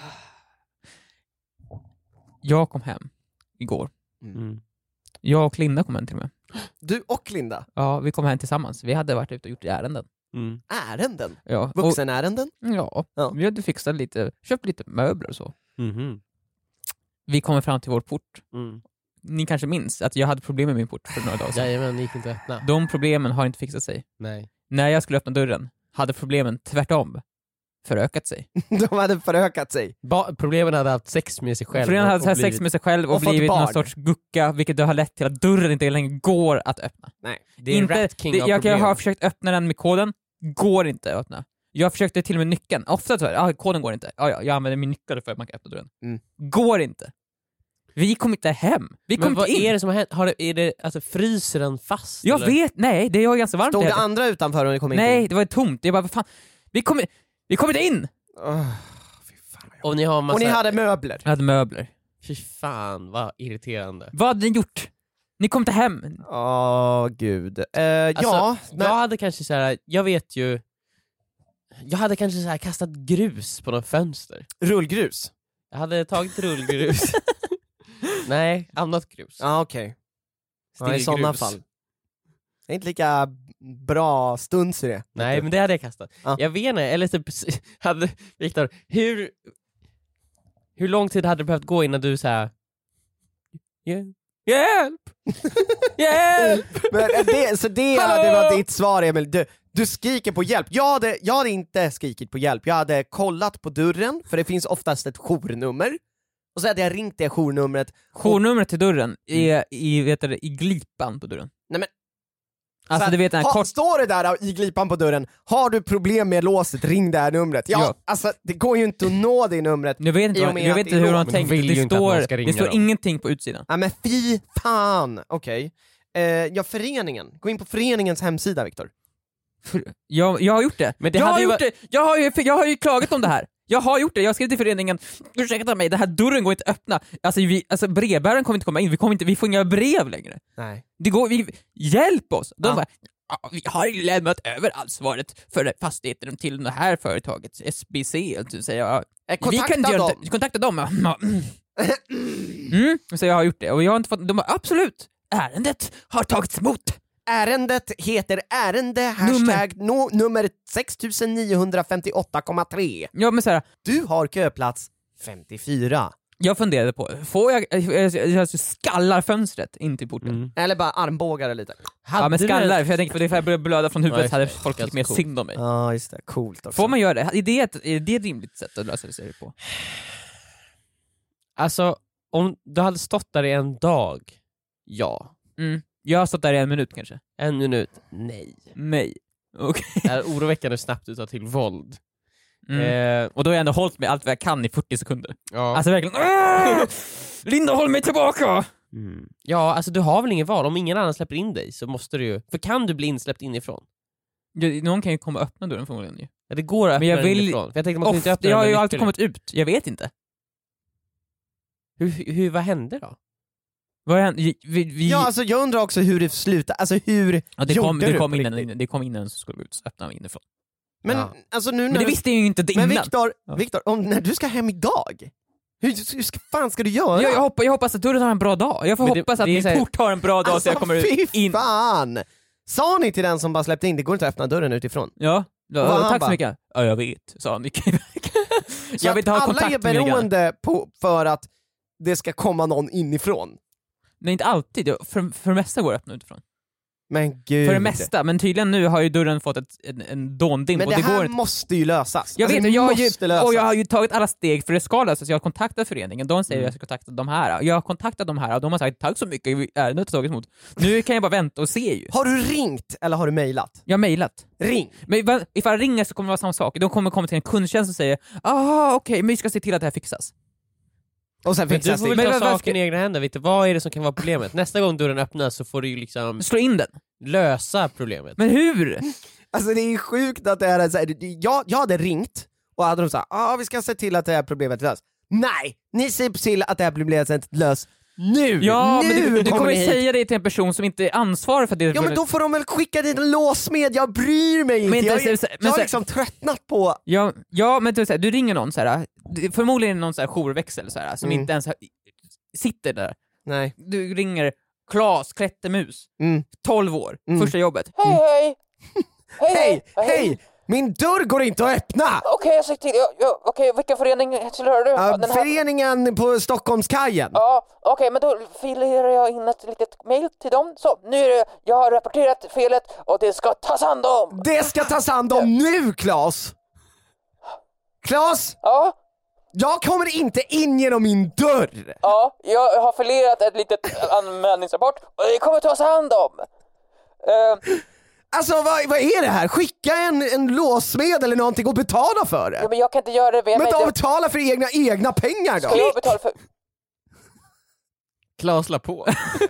Jag kom hem igår. Mm. Jag och Linda kom hem till mig. Du och Linda? Ja, vi kom hem tillsammans. Vi hade varit ute och gjort ärenden. Mm. Ärenden? Ja. Vuxenärenden? Ja, ja, vi hade fixat lite, köpt lite möbler och så. Mm-hmm. Vi kommer fram till vår port. Mm. Ni kanske minns att jag hade problem med min port för några dagar sedan. Jajamän, det gick inte att öppna. De problemen har inte fixat sig. Nej. När jag skulle öppna dörren hade problemen tvärtom förökat sig. De hade förökat sig. Ba- problemen hade haft sex med sig själv. Problemen hade haft blivit... sex med sig själv och, och blivit barn. någon sorts gucka, vilket har lett till att dörren inte längre går att öppna. Nej. Det är inte, Rat King det, av jag, problem. jag har försökt öppna den med koden, går inte att öppna. Jag försökte till och med nyckeln, ofta så här, ah, koden går inte. Ah, ja, jag använder min nyckel för att man kan öppna dörren. Mm. Går inte. Vi kom inte hem. Vi kom Men vad inte in. är det som har hänt? Har det, är det, alltså, fryser den fast? Jag eller? vet, nej, det är ganska varmt. Stod det det andra utanför och ni kom in? Nej, det var tomt. Jag bara, vad fan, vi kom, vi kom inte in! Oh, fy fan, Och ni har massa... och ni hade möbler? Jag hade möbler. Fy fan, vad irriterande. Vad hade ni gjort? Ni kom inte hem. Åh oh, gud. Uh, Alltså, ja, men... jag hade kanske så här, jag vet ju... Jag hade kanske så här kastat grus på något fönster. Rullgrus? Jag hade tagit rullgrus. Nej, annat grus. Ja ah, okej. Okay. Ja, i sådana fall. Det är inte lika bra stunds i det. Nej, men det hade jag kastat. Ja. Jag vet inte, eller typ hade Viktor, hur hur lång tid hade det behövt gå innan du så här hjälp? Hjälp! Men det, så det, det var ditt svar, Emil. Du, du skriker på hjälp. Jag hade, jag hade inte skrikit på hjälp. Jag hade kollat på dörren, för det finns oftast ett journummer. Och så hade jag ringt det journumret. Journumret till dörren är i, vet du, i glipan på dörren. Nej men Alltså här, du vet den här ha, kort... står det där i glipan på dörren, har du problem med låset, ring det här numret. Ja, Ja. alltså det går ju inte att nå det numret. Jag vet inte, i och vad, med jag att vet det inte är hur lån. de tänkte, vill ju det inte att någon står, ska ringa det står dem. ingenting på utsidan. Ja men fy fan, okej. Okay. Eh, ja, föreningen. Gå in på föreningens hemsida, Viktor. För, jag, jag har gjort det. Men det jag, hade har ju gjort varit- det. Jag, har ju, jag har ju klagat om det här. Jag har gjort det, jag har skrivit till föreningen, ursäkta mig, den här dörren går inte att öppna. Alltså, vi, alltså brevbäraren kommer inte komma in, vi, kommer inte, vi får inga brev längre. Nej. Det går, vi, hjälp oss! De Ja. bara, ja, vi har ju lämnat över ansvaret för fastigheten till det här företaget, S B C, så säger jag. Eh, Vi kan kontakta inte göra dem. det. Kontakta dem. Ja. Mm, så jag har gjort det, och jag har inte fått, de bara, absolut, ärendet har tagits emot. Ärendet heter ärende hashtag no, nummer sex nio fem åtta komma tre. Ja, men så här, Du har köplats femtiofyra. jag funderade på, får jag, jag, jag, jag skallar fönstret in till porten? Mm. Eller bara armbågar det lite. Ja, men du skallar, för jag tänker på det, för jag började blöda från huvudet, Ja, hade just det. folk lite Ganska mer coolt. synd om mig. Ja ah, just det, coolt också. Får man göra det? Är det ett, är det ett rimligt sätt att lösa det på? Alltså, om du hade stått där i en dag, ja. Mm. Jag har stått där i en minut kanske. En minut, nej. Nej. Okej. Det är oroväckande snabbt att ta till våld. Mm. Eh, Och då har jag ändå hållit mig allt vad jag kan i fyrtio sekunder. ja. Alltså verkligen, Åh! Linda, håll mig tillbaka! Mm. Ja, alltså du har väl ingen val. Om ingen annan släpper in dig så måste du ju... För kan du bli insläppt inifrån? Ja, någon kan ju komma och öppna dörren förmodligen ju. Ja, det går att öppna Men jag den vill- inifrån. För jag tänkte man kunde inte Ofta, öppna jag den har med ju alltid nyckeln. kommit ut, jag vet inte. Hur, hur, vad hände då? Vad hände? Vi, vi, vi, Ja, alltså jag undrar också hur det slutade, alltså hur ja, det, gjorde kom, du det, kom på innan, riktigt? det kom innan så skulle vi ut, så öppnade vi inifrån. Men Ja. alltså nu när Men det du- visste jag ju inte Men innan. Viktor, Ja. Viktor, om när du ska hem idag, hur, hur ska, fan ska du göra? Jag, jag, hoppas, jag hoppas att dörren har en bra dag. Jag får Men det- hoppas att det är min så här- port har en bra dag alltså, så jag kommer fy in. fan! Sa ni till den som bara släppte in, det går inte att öppna dörren utifrån? Ja, vad han ja tack bara? så mycket. Ja, jag vet, sa han. Så Jag vill inte att ha alla kontakt är med Mikael. beroende på, för att det ska komma någon inifrån. Nej, inte alltid. För, för det mesta går det att öppna utifrån. Men gud. För det mesta, men tydligen nu har ju dörren fått ett, en, en dåndimp Men och det det här går inte. måste ju lösas. Jag alltså, vet, det jag har ju, måste lösas. och jag har ju tagit alla steg för det ska lösas. Jag har kontaktat föreningen, de säger Mm. att jag ska kontakta de här. Jag har kontaktat de här och de har sagt tack så mycket, ärendet har tagits emot. Nu kan jag bara vänta och se ju. Har du ringt eller har du mejlat? Jag har mejlat. Ring! Men va- ifall jag ringer så kommer det vara samma sak. De kommer komma till en kundtjänst och säga ah okej, men vi ska se till att det här fixas. Och sen Men du fixas får det. väl Men ta vad- vad saken ska- i egna händer, vet du? Vad är det som kan vara problemet? Nästa gång dörren öppnas så får du ju liksom Slå in den. lösa problemet. Men hur? Alltså det är sjukt att det är så här, det- jag, jag hade ringt och hade de sagt ah, vi ska se till att det här problemet lös. Nej! Ni ser till att det här problemet lös nu! Ja, nu men du, du kommer ni ju hit. säga det till en person som inte är ansvarig för det. Ja men då får de väl skicka dit en låsmed, jag bryr mig inte. Men inte- jag, så- jag, men har så- liksom tröttnat på... Ja, ja men du, så här, du ringer någon så här, det- förmodligen någon så här jourväxel så här, som Mm. inte ens har, sitter där. Nej. Du ringer Klas Klättermus, Mm. tolv år, Mm. första jobbet. Hej, hej! Hej, hej! Min dörr går inte att öppna! Okej, jag säger till. Ja, ja, okej, vilken förening tillhör du? Ja, Ja, den här- föreningen på Stockholmskajen. Ja, okej, men då filerar jag in ett litet mail till dem. Så, nu är det, jag har rapporterat felet och det ska tas hand om. Det ska tas hand om nu, Klas! Klas! Ja, Jag kommer inte in genom min dörr! ja, jag har filerat ett litet anmälningsrapport och det kommer tas hand om. Uh, Alltså vad, vad är det här? Skicka en, en låsmed eller någonting och betala för ja, det! men jag kan inte göra det via Men mig. ta Det- betala för egna, egna pengar Ska då! jag betala för... Klas la på.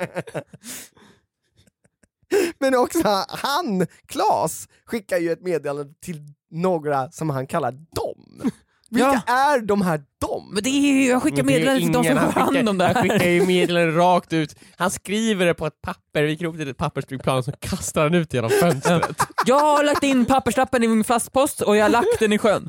Men också han, Klas, skickar ju ett meddelande till några som han kallar dom. Vilka är de här dom? Men det är ju, jag skickar Men det är meddelanden till de som ingen, har han hand om det skickar- Han skickar här. ju meddelanden rakt ut. Han skriver det på ett papper, vi ihop till ett pappersflygplan så kastar han ut genom fönstret. Jag har lagt in papperslappen i min flaskpost och jag har lagt den i sjön.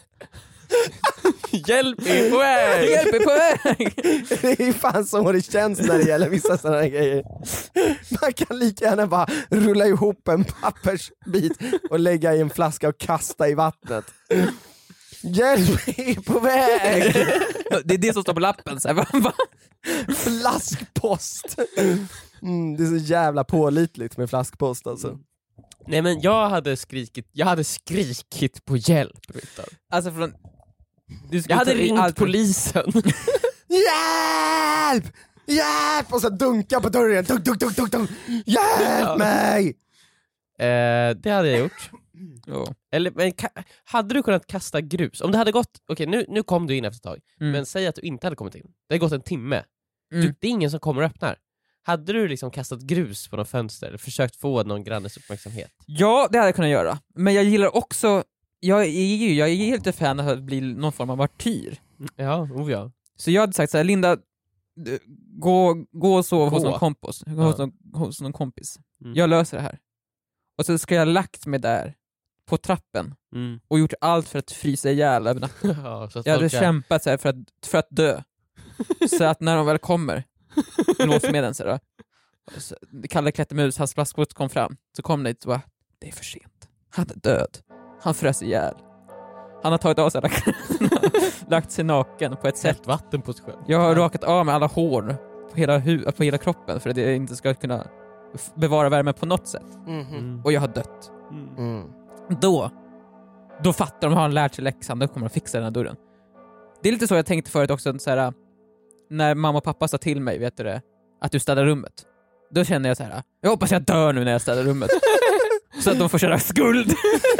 Hjälp är på väg! Hjälp är på väg! Det är fan så det känns när det gäller vissa sådana här grejer. Man kan lika gärna bara rulla ihop en pappersbit och lägga i en flaska och kasta i vattnet. Hjälp är på väg! Det är det som står på lappen. Så här, va, va? Flaskpost! Mm, det är så jävla pålitligt med flaskpost alltså. Nej men jag hade skrikit, jag hade skrikit på hjälp, Victor. Alltså från... Du ska Jag hade ta i ringt allt- polisen. Hjälp! Hjälp! Och så dunka på dörren, dunk, dunk, dunk, dunk, dunk. Hjälp mig! Eh, det hade jag gjort. Ja. Eller, men, ka- hade du kunnat kasta grus? Om det hade gått, okej nu, nu kom du in efter ett tag, Mm. men säg att du inte hade kommit in. Det har gått en timme. Mm. Du, det är ingen som kommer och öppnar. Hade du liksom kastat grus på något fönster eller försökt få någon grannes uppmärksamhet? Ja, det hade jag kunnat göra. Men jag gillar också... Jag är ju jag är lite fan av att bli någon form av martyr. Ja, oh ja. Så jag hade sagt så här, Linda, du, gå, gå och sov Gå. hos någon kompis. Gå Ja. hos, någon, hos någon kompis. Mm. Jag löser det här. Och så ska jag lagt mig där på trappen Mm. och gjort allt för att frysa ihjäl över natten. Ja, så att Jag hade folk är- kämpat så här för, att, för att dö. Så att när de väl kommer, låsmedlen så här, så, Kalle Klättermus, hans flaskpost kom fram. Så kom det och bara, det är för sent. Han är död. Han frös ihjäl. Han har tagit av sig alla kläderna, lagt sig naken på ett sätt. Hällt vatten på sig själv. Jag har rakat av med alla hår på hela, hu- på hela kroppen för att jag inte ska kunna f- bevara värme på något sätt. Mm. Och jag har dött. Mm. Mm. Då, då fattar de, har lärt sig läxan, då kommer de fixa den här dörren. Det är lite så jag tänkte förut också, så här, när mamma och pappa sa till mig, vet du det, att du städar rummet. Då känner jag så här: jag hoppas jag dör nu när jag städar rummet. Så att de får köra skuld.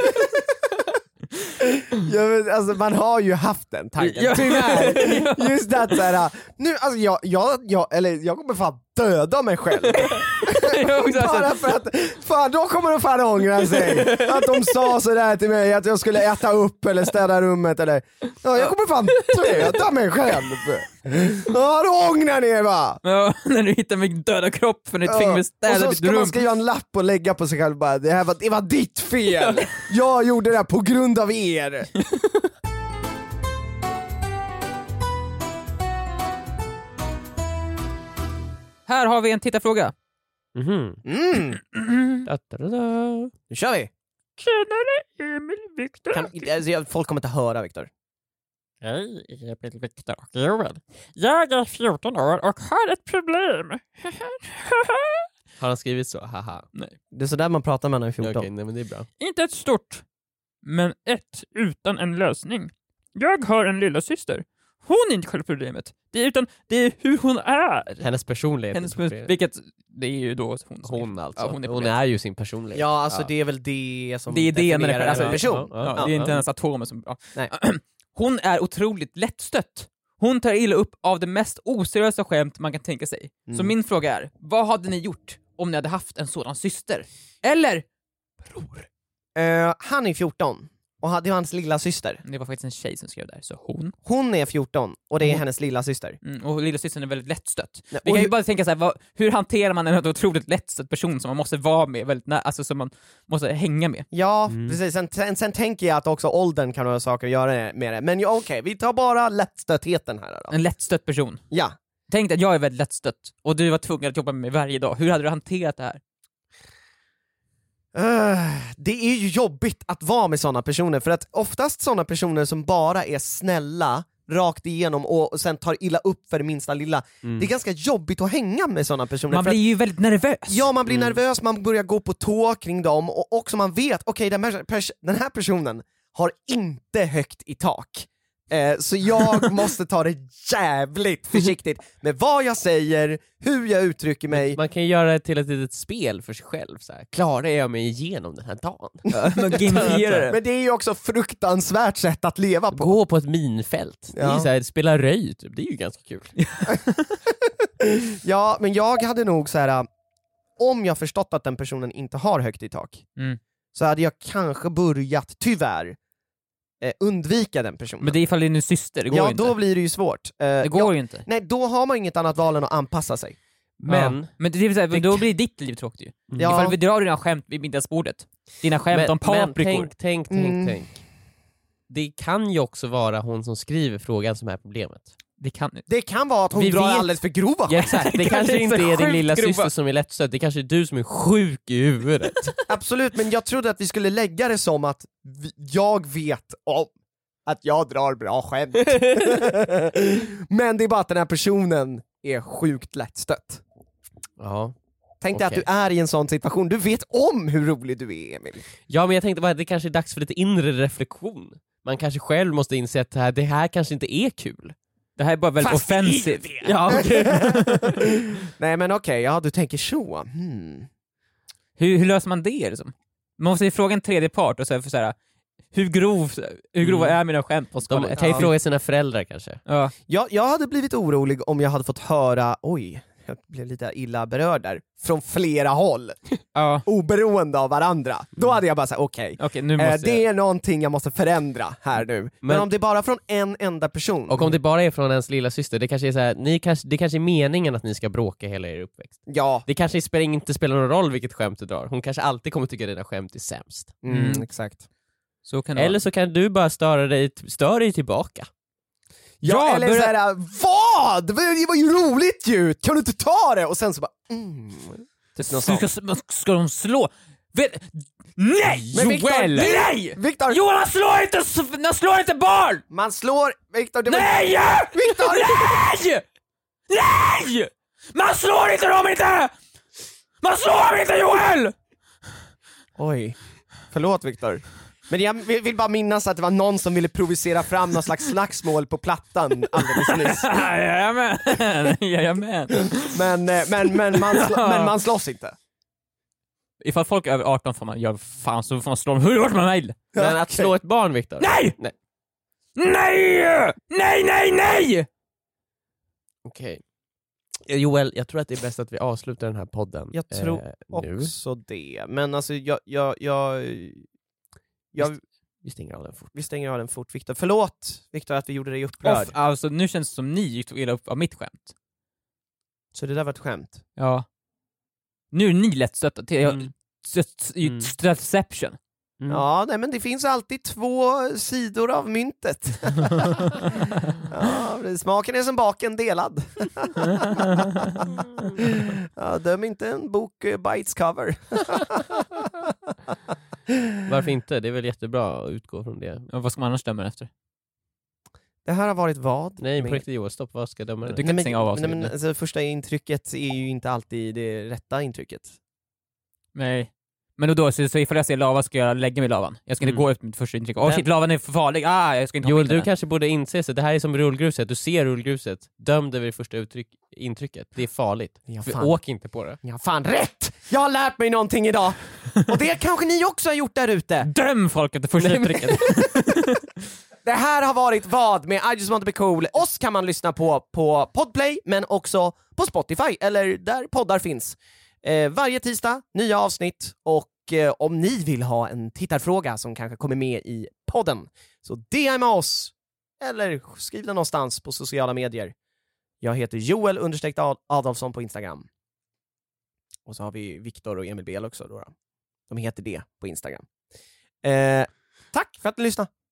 Ja, men, alltså, man har ju haft den tanken, Ja. tyvärr. Just det att såhär, nu, alltså, jag, jag, jag, eller, jag kommer fan döda mig själv Bara för att, fan då kommer de fan ångra sig. Att de sa sådär till mig, att jag skulle äta upp eller städa rummet eller, ja, jag kommer fan döda mig själv. Ja, då ångrar ni va? Ja, när du hittar min döda kropp för ni Ja. tvingar mig städa Och så mitt ska rum. man skriva en lapp och lägga på sig själv bara, det här var, det var ditt fel. Jag gjorde det här på grund av er. Här har vi en tittarfråga. Mhm. Mm. Da, da, da, da. Nu kör vi. Tjenare Emil Viktor. Kan, alltså, folk kommer inte höra Viktor. Hej Emil Viktor och Joel. Jag är fjorton år och har ett problem. Har han skrivit så? Haha. Nej. Det är sådär man pratar med när man är fjorton. Okej, nej men det är bra. Inte ett stort, men ett utan en lösning. Jag har en lilla syster. Hon är inte själva problemet. Det är, utan det är hur hon är. Hennes personlighet. Hennes, är problemet. vilket, det är ju då hon. som- Hon alltså. Ja, hon, är hon problemet. är ju sin personlighet. Ja, alltså Ja. det är väl det som Det är det när det- definierar alltså, en person. Ja, Ja, det är inte ja. ens atomer som... Ja. Nej. Hon är otroligt lättstött. Hon tar illa upp av det mest oseriösa skämt man kan tänka sig. Mm. Så min fråga är, vad hade ni gjort om ni hade haft en sådan syster? Eller bror? Eh, han är fjorton och det var hans lilla syster. Det var faktiskt en tjej som skrev där, så hon. Hon är fjorton och det är Hon- hennes lilla syster. Mm, och lillasystern är väldigt lättstött. Nej, Vi och kan ju hur- bara tänka så här, vad, hur hanterar man en otroligt lättstött person som man måste vara med, väldigt nä- alltså som man måste hänga med? Ja, Mm. precis. Sen, sen, sen tänker jag att också åldern kan ha saker att göra med det. Men ja, okej, vi tar bara lättstöttheten här då. En lättstött person. Ja. Tänk dig att jag är väldigt lättstött och du var tvungen att jobba med mig varje dag. Hur hade du hanterat det här? Uh, det är ju jobbigt att vara med såna personer, för att oftast såna personer som bara är snälla rakt igenom och, och sen tar illa upp för det minsta lilla. Mm. Det är ganska jobbigt att hänga med såna personer. Man för blir att, ju väldigt nervös. ja, man blir Mm. nervös, man börjar gå på tå kring dem och också man vet, okej, den, här pers- den här personen har inte högt i tak. Eh, så jag måste ta det jävligt försiktigt med vad jag säger, hur jag uttrycker mig. Man kan ju göra det till ett litet spel för sig själv. Så här. Klarar jag mig igenom den här dagen? Man gamifierar det. Men det är ju också fruktansvärt sätt att leva på. Gå på ett minfält. Det är Ja. ju så här, spela röj, typ. Det är ju ganska kul. Ja, men jag hade nog så här. Om jag förstått att den personen inte har högt i tak, Mm. så hade jag kanske börjat, tyvärr, eh, undvika den personen. Men det är ifall det är din syster, det går ja, ju inte. då blir det ju svårt. Eh, Det går ja, ju inte. nej, då har man inget annat val än att anpassa sig. Men, ja. men det är så här, då blir ditt liv tråkigt ju. Ja. Ifall vi drar dina skämt vid middagsbordet. Dina skämt men, om men paprikor. tänk, tänk, tänk, Mm. tänk. Det kan ju också vara hon som skriver frågan som är problemet. Det kan Det kan vara att hon Vi drar vet- alldeles för grova Ja, skämt. exakt. Det Det kanske är inte så är din sjukt lilla grova. syster som är lättstött, det kanske är du som är sjuk i huvudet. Absolut, men jag trodde att vi skulle lägga det som att vi, jag vet om att jag drar bra skämt. Men det är bara att den här personen är sjukt lättstött. Ja. Tänk dig Okej. att du är i en sån situation, du vet om hur rolig du är, Emil. ja, men jag tänkte bara att det kanske är dags för lite inre reflektion. Man kanske själv måste inse att det här, det här kanske inte är kul. Det här är bara väldigt Fast det är ju offensivt. det. Ja, okej. Nej men okej, ja du tänker så. Hmm. hur, hur löser man det liksom? Man måste ju fråga en tredje part och säga för så här, hur grov, hur grova Mm. är mina skämt på De skalan? kan ju Ja. fråga sina föräldrar kanske. Ja. Jag, jag hade blivit orolig om jag hade fått höra, oj, jag blev lite illa berörd där, från flera håll, Ja. oberoende av varandra. Då hade jag bara sagt okej, Okej, nu eh, måste det jag... är någonting jag måste förändra här nu. Men, Men- om det är bara från en enda person, Och om det bara är från ens lilla syster, det kanske är så här, ni kanske, det kanske är meningen att ni ska bråka hela er uppväxt. ja, Det kanske spelar, inte spelar någon roll vilket skämt du drar. Hon kanske alltid kommer tycka dina skämt är sämst. mm, Mm. exakt. Så kan det Eller vara. så kan du bara störa dig, stör dig tillbaka. Ja, Ja, eller börja- såhär, vad? Det var, det var ju roligt ju! Kan du inte ta det? Och sen så bara, mm. Typ något Ska, sånt. ska, ska de slå? Vet... Nej! Men Victor, Joel! Nej! Viktor, Joel, han slår inte, han slår inte barn! man slår, Viktor, det var... Nej! Viktor! Nej! Nej! Man slår inte dem inte! Man slår dem inte, Joel! Oj, förlåt Viktor. Men jag vill vill bara minnas att det var någon som ville provocera fram någon slags slagsmål på plattan alldeles nyss. Jajamän, jajamän. Men, eh, men, men, man, sl- men man slåss inte. Ifall folk är över arton får man göra fan så får man slå dem hur hårt man vill. Men att Okej. slå ett barn, Viktor? Nej! Nej. Nej! Nej, nej, nej! Okej. Joel, jag tror att det är bäst att vi avslutar den här podden. Jag tror eh, nu. också det. Men alltså jag... jag, jag, jag vi, vi stänger av den fort. Vi stänger av den fort, Viktor. Förlåt, Viktor, att vi gjorde dig upprörd. Off, alltså, nu känns det som ni tog illa upp av mitt skämt. Så det där var ett skämt? Ja. Nu är ni lättstötta till Mm. Mm. Stratception. Mm. Ja, nej, men det finns alltid två sidor av myntet. Ja, smaken är som baken delad. Ja, döm inte en bok uh, by its cover. Varför inte? Det är väl jättebra att utgå från det. Ja, vad ska man annars döma efter? Det här har varit vad? Nej, på Men- riktigt Joel, stopp. Vad ska jag döma Du den? kan nej, stänga av men, avsnittet nej, men nu. alltså, första intrycket är ju inte alltid det rätta intrycket. Nej. Men då, då så, så ifall jag ser lava ska jag lägga mig i lavan. Jag ska inte Mm. gå efter mitt första intryck. Åh Men- shit, lavan är för farlig. Ah, jag ska inte hoppa Joel, in i du den. kanske borde inse sig. Det här är som rullgruset. Du ser rullgruset. Döm det vid det första uttryck, intrycket. Det är farligt. Ja, För fan. åk inte på det. Ja, fan rätt! Jag har lärt mig någonting idag! Och det kanske ni också har gjort där ute. Döm folk efter första Nej, men- uttrycket. Det här har varit vad med I just want to be cool. Oss kan man lyssna på på Podplay, men också på Spotify, eller där poddar finns. Eh, varje tisdag, nya avsnitt, och eh, om ni vill ha en tittarfråga som kanske kommer med i podden, så D M oss, eller skriv den någonstans på sociala medier. Jag heter Joel understreck Adolfsson på Instagram. Och så har vi Viktor och Emil Bel också då. De heter det på Instagram. Eh, tack för att ni lyssnade.